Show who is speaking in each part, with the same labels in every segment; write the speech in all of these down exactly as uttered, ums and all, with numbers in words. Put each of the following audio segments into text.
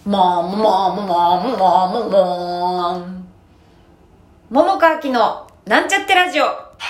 Speaker 1: もんもんもんもんもんもんもん。桃川きのなんちゃってラジオ。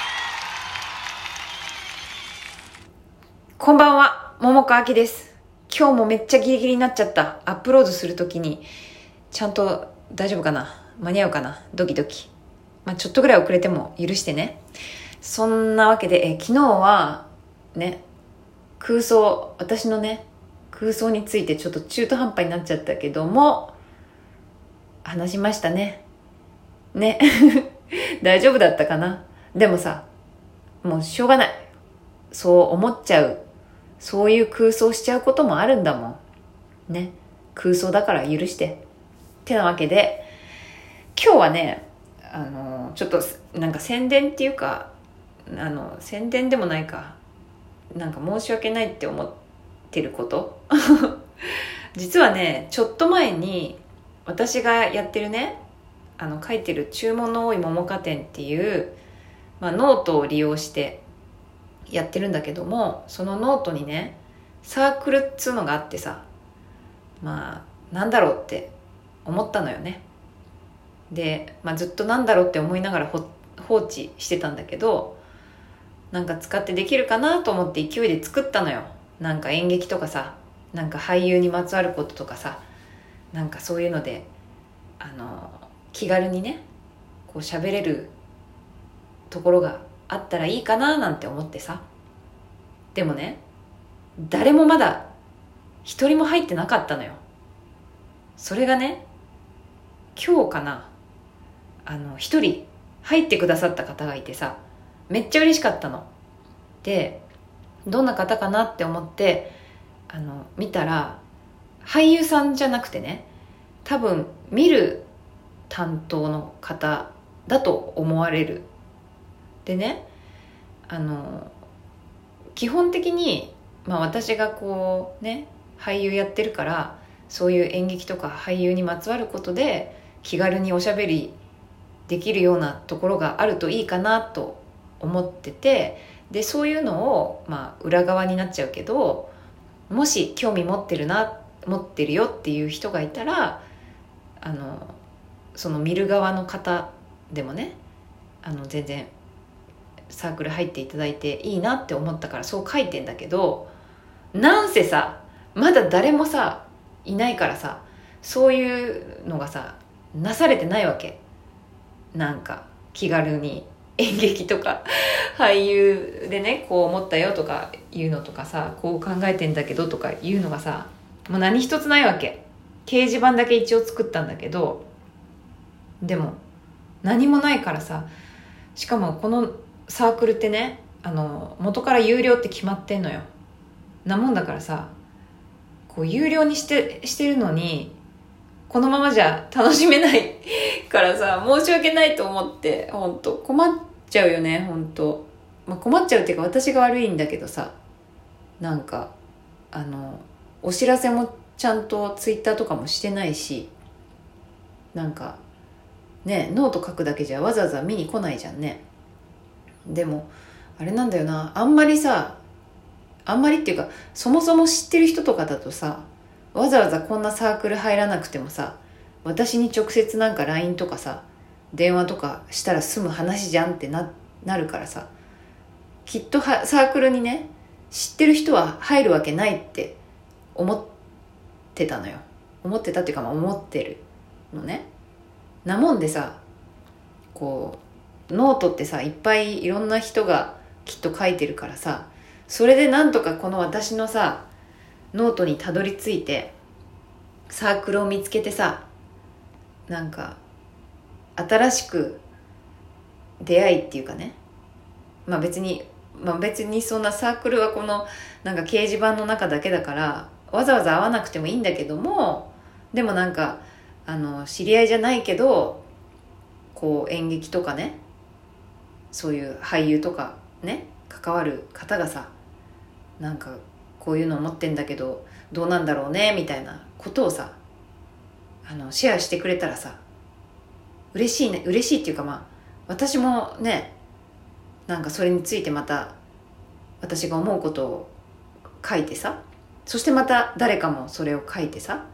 Speaker 1: こんばんは、桃川きです。今日もめっちゃギリギリになっちゃった。アップロードするときにちゃんと大丈夫かな、間に合うかな、ドキドキ。まあ、ちょっとぐらい遅れても許してね。そんなわけで、え昨日はね、空想、私のね空想についてちょっと中途半端になっちゃったけども話しましたね。ね大丈夫だったかな。でもさ、もうしょうがない。そう思っちゃう、そういう空想しちゃうこともあるんだもんね。空想だから許してってなわけで、今日はね、あのちょっとなんか宣伝っていうか、あの宣伝でもないか、なんか申し訳ないって思ってること実はね、ちょっと前に私がやってるね、あの書いてる注文の多い桃花店っていう、まあ、ノートを利用してやってるんだけども、そのノートにねサークルっつうのがあってさ、まあなんだろうって思ったのよね。で、まあ、ずっとなんだろうって思いながらほ放置してたんだけど、なんか使ってできるかなと思って勢いで作ったのよ。なんか演劇とかさ、なんか俳優にまつわることとかさ、なんかそういうのであの気軽にねこう喋れるところがあったらいいかななんて思ってさ。でもね、誰もまだ一人も入ってなかったのよ。それがね、今日かな、あの一人入ってくださった方がいてさ、めっちゃ嬉しかったの。で、どんな方かなって思ってあの見たら、俳優さんじゃなくてね、多分見る担当の方だと思われる。でね、あの基本的に、まあ、私がこうね俳優やってるから、そういう演劇とか俳優にまつわることで気軽におしゃべりできるようなところがあるといいかなと思ってて、でそういうのを、まあ、裏側になっちゃうけど、もし興味持ってるな持ってるよっていう人がいたら、あのその見る側の方でもね、あの全然サークル入っていただいていいなって思ったからそう書いてんだけど、なんせさまだ誰もさいないからさ、そういうのがさなされてないわけ。なんか気軽に演劇とか俳優でねこう思ったよとかいうのとかさ、こう考えてんだけどとかいうのがさ、もう何一つないわけ。掲示板だけ一応作ったんだけど、でも何もないからさ、しかもこのサークルってね、あの元から有料って決まってんのよ。なもんだからさ、こう有料にしてしてるのにこのままじゃ楽しめないからさ、申し訳ないと思って、本当困っちゃうよね、本当。まあ、困っちゃうっていうか私が悪いんだけどさ、なんかあのお知らせもちゃんとツイッターとかもしてないし、なんかねノート書くだけじゃわざわざ見に来ないじゃんね。でもあれなんだよな、あんまりさ、あんまりっていうかそもそも知ってる人とかだとさ、わざわざこんなサークル入らなくてもさ、私に直接なんか ライン とかさ電話とかしたら済む話じゃんって な, なるからさ、きっとはサークルにね知ってる人は入るわけないって思ってたのよ。思ってたっていうか、まあ思ってるのね。なもんでさ、こうノートってさいっぱいいろんな人がきっと書いてるからさ、それでなんとかこの私のさノートにたどり着いてサークルを見つけてさ、なんか新しく出会いっていうかね、まあ別にまあ別にそんなサークルはこのなんか掲示板の中だけだからわざわざ会わなくてもいいんだけども、でもなんかあの知り合いじゃないけどこう演劇とかね、そういう俳優とかね関わる方がさ、なんかこういうの持ってんだけどどうなんだろうねみたいなことをさ、あのシェアしてくれたらさ嬉しいね。嬉しいっていうか、まあ私もね、なんかそれについてまた私が思うことを書いてさ、そしてまた誰かもそれを書いてさ、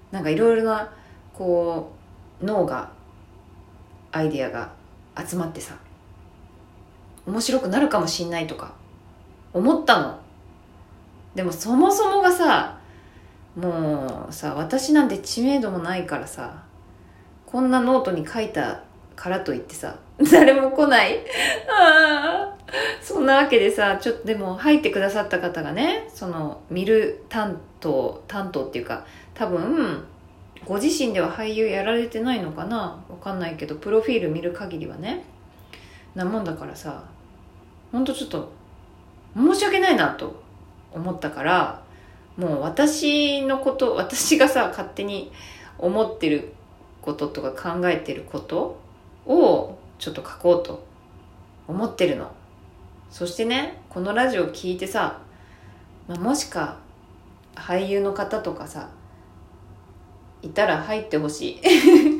Speaker 1: なんかいろいろなこう脳がアイデアが集まってさ、面白くなるかもしんないとか思ったの。でもそもそもがさ、もうさ、私なんて知名度もないからさ、こんなノートに書いたからといってさ、誰も来ない。ああ、そんなわけでさ、ちょっとでも入ってくださった方がね、その見る担当担当っていうか、多分ご自身では俳優やられてないのかな、わかんないけど、プロフィール見る限りはね、なもんだからさ、ほんとちょっと申し訳ないなと思ったから、もう私のこと、私がさ勝手に思ってることとか考えてることをちょっと書こうと思ってるの。そしてね、このラジオ聞いてさ、まあ、もしか俳優の方とかさいたら入ってほしい。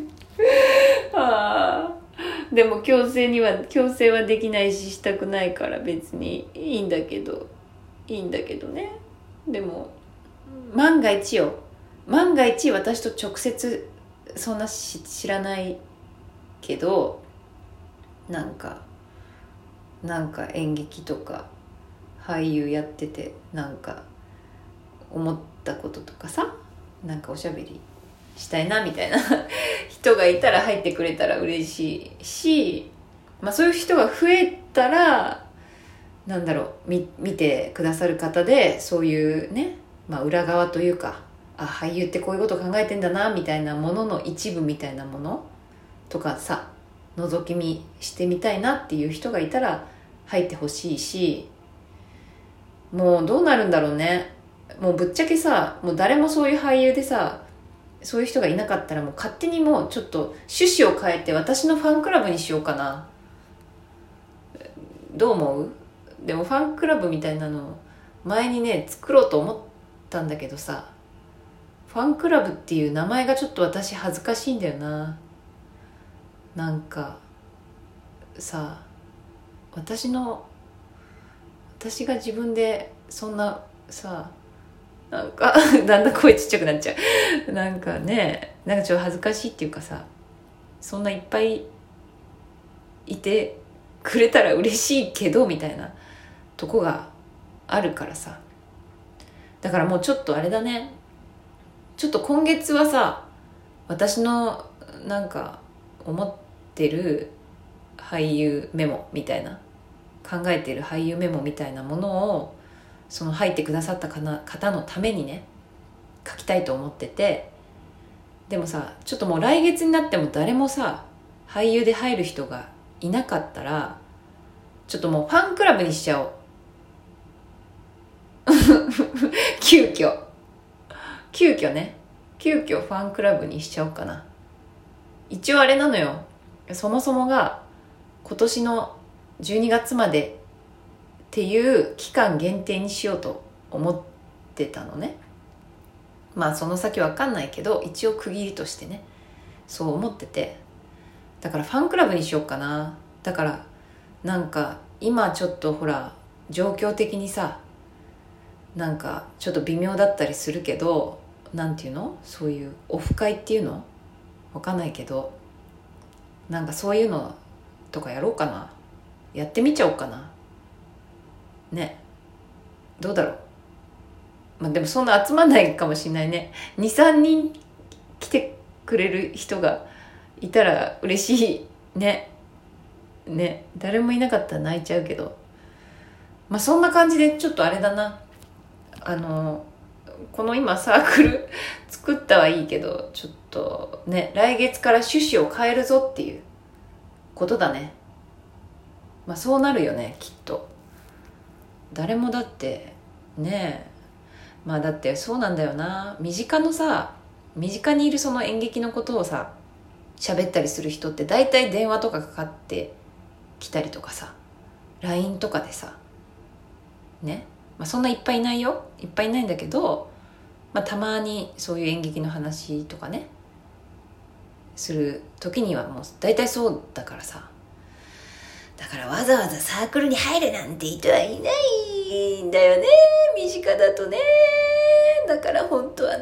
Speaker 1: あー、でも強制には強制はできないし、したくないから別にいいんだけどいいんだけどね。でも万が一よ、万が一私と直接そんなし知らないけど、なんかなんか演劇とか俳優やってて、なんか思ったこととかさ、なんかおしゃべりしたいなみたいな人がいたら入ってくれたら嬉しいし、まあそういう人が増えたら、なんだろう、み見てくださる方で、そういうね、まあ裏側というか、あ、俳優ってこういうこと考えてんだなみたいなものの一部みたいなものとかさ、覗き見してみたいなっていう人がいたら入ってほしいし、もうどうなるんだろうね。もうぶっちゃけさ、もう誰もそういう俳優でさ、そういう人がいなかったら、もう勝手にもうちょっと趣旨を変えて私のファンクラブにしようかな。どう思う？でもファンクラブみたいなの前にね作ろうと思ったんだけどさ、ファンクラブっていう名前がちょっと私恥ずかしいんだよな。なんかさ、私の私が自分でそんなさ、なんかだんだん声ちっちゃくなっちゃう。なんかね、なんかちょっと恥ずかしいっていうかさ、そんないっぱいいてくれたら嬉しいけどみたいなとこがあるからさ、だからもうちょっとあれだね、ちょっと今月はさ、私のなんか思ってる俳優メモみたいな、考えてる俳優メモみたいなものを、その入ってくださった方のためにね書きたいと思ってて、でもさ、ちょっともう来月になっても誰もさ俳優で入る人がいなかったら、ちょっともうファンクラブにしちゃおう。急遽急遽ね急遽ファンクラブにしちゃおうかな。一応あれなのよ、そもそもが今年のじゅうにがつまでっていう期間限定にしようと思ってたのね。まあその先わかんないけど、一応区切りとしてねそう思ってて、だからファンクラブにしようかな。だからなんか今ちょっとほら状況的にさ、なんかちょっと微妙だったりするけど、なんていうの、そういうオフ会っていうのわかんないけど、なんかそういうのとかやろうかな。やってみちゃおうかなね。どうだろう。まあでもそんな集まんないかもしれないね。にさんにん来てくれる人がいたら嬉しいね。ね、誰もいなかったら泣いちゃうけど、まあそんな感じでちょっとあれだな、あのこの今サークル作ったはいいけど、ちょっとね来月から趣旨を変えるぞっていうことだね。まあそうなるよねきっと。誰もだってねえ、まあだってそうなんだよな、身近のさ、身近にいるその演劇のことをさ喋ったりする人って大体電話とかかかってきたりとかさ、 ライン とかでさね、まあ、そんないっぱいいないよ、いっぱいいないんだけど、まあ、たまにそういう演劇の話とかねする時にはもう大体そうだからさ、だからわざわざサークルに入るなんて人はいないんだよね、身近だとね。だから本当はね、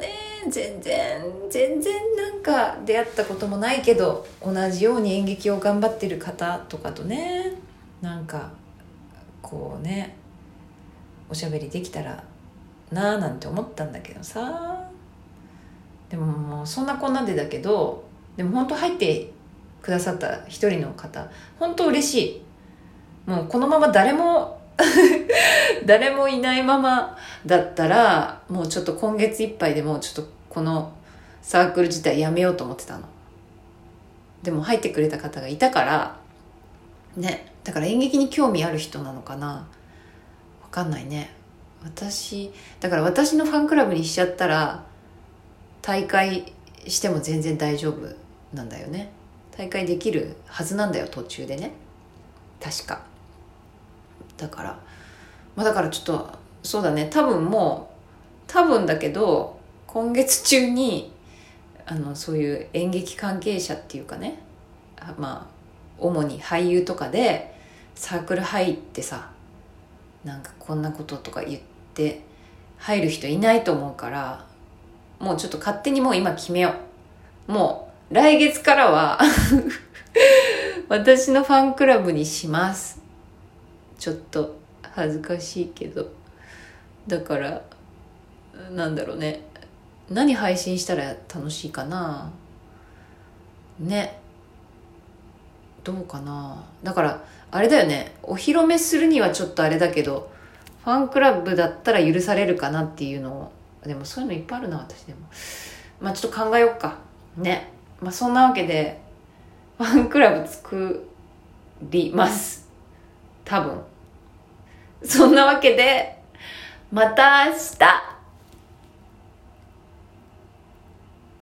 Speaker 1: 全然全然なんか出会ったこともないけど同じように演劇を頑張ってる方とかとねなんかこうねおしゃべりできたらなーなんて思ったんだけどさ。でももうそんなこんなでだけど、でも本当入ってくださった一人の方本当嬉しい。もうこのまま誰も誰もいないままだったらもうちょっと今月いっぱいでもうちょっとこのサークル自体やめようと思ってたの。でも入ってくれた方がいたからね。だから演劇に興味ある人なのかな、わかんないね。私だから私のファンクラブにしちゃったら大会しても全然大丈夫なんだよね。大会できるはずなんだよ途中でね、確か。だからまあだからちょっとそうだね、多分もう多分だけど今月中にあのそういう演劇関係者っていうかね、まあ主に俳優とかでサークル入ってさ、なんかこんなこととか言って入る人いないと思うから、もうちょっと勝手にもう今決めよう。もう来月からは私のファンクラブにします。ちょっと恥ずかしいけど、だからなんだろうね、何配信したら楽しいかなね、どうかな。だからあれだよね、お披露目するにはちょっとあれだけどファンクラブだったら許されるかなっていうのを、でもそういうのいっぱいあるな私。でもまあちょっと考えようかね。まあそんなわけでファンクラブ作ります多分。そんなわけでまた明日。